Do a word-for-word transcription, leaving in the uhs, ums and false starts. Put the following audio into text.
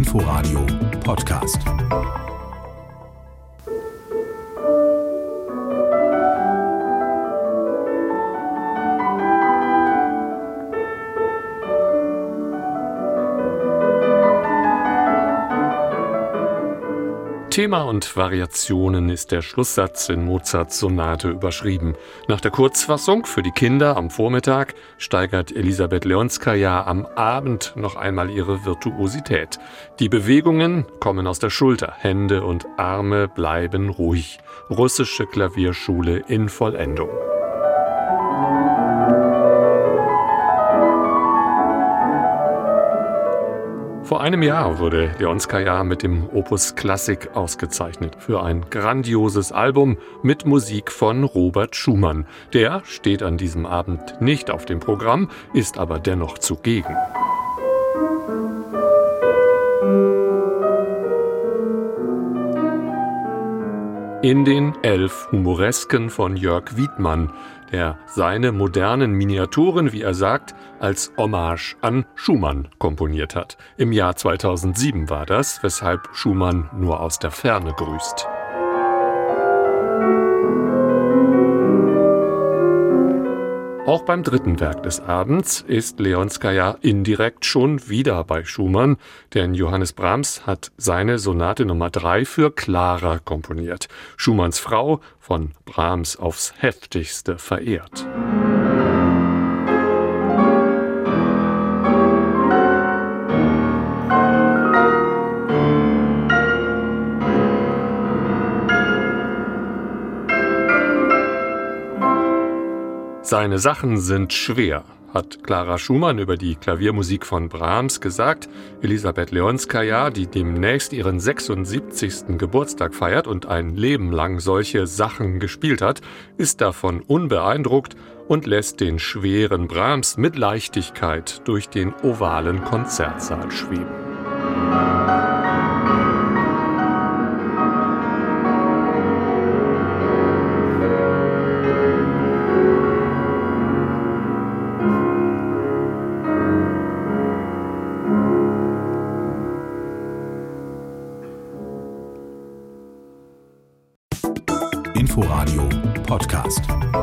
Inforadio Podcast. Thema und Variationen ist der Schlusssatz in Mozarts Sonate überschrieben. Nach der Kurzfassung für die Kinder am Vormittag steigert Elisabeth Leonskaja am Abend noch einmal ihre Virtuosität. Die Bewegungen kommen aus der Schulter, Hände und Arme bleiben ruhig. Russische Klavierschule in Vollendung. Vor einem Jahr wurde Leonskaja mit dem Opus Klassik ausgezeichnet für ein grandioses Album mit Musik von Robert Schumann. Der steht an diesem Abend nicht auf dem Programm, ist aber dennoch zugegen. In den elf Humoresken von Jörg Wiedmann, der seine modernen Miniaturen, wie er sagt, als Hommage an Schumann komponiert hat. Im Jahr zweitausendsieben war das, weshalb Schumann nur aus der Ferne grüßt. Auch beim dritten Werk des Abends ist Leonskaja indirekt schon wieder bei Schumann, denn Johannes Brahms hat seine Sonate Nummer drei für Klara komponiert. Schumanns Frau, von Brahms aufs heftigste verehrt. Seine Sachen sind schwer, hat Clara Schumann über die Klaviermusik von Brahms gesagt. Elisabeth Leonskaja, die demnächst ihren sechsundsiebzigsten Geburtstag feiert und ein Leben lang solche Sachen gespielt hat, ist davon unbeeindruckt und lässt den schweren Brahms mit Leichtigkeit durch den ovalen Konzertsaal schweben. Inforadio Podcast.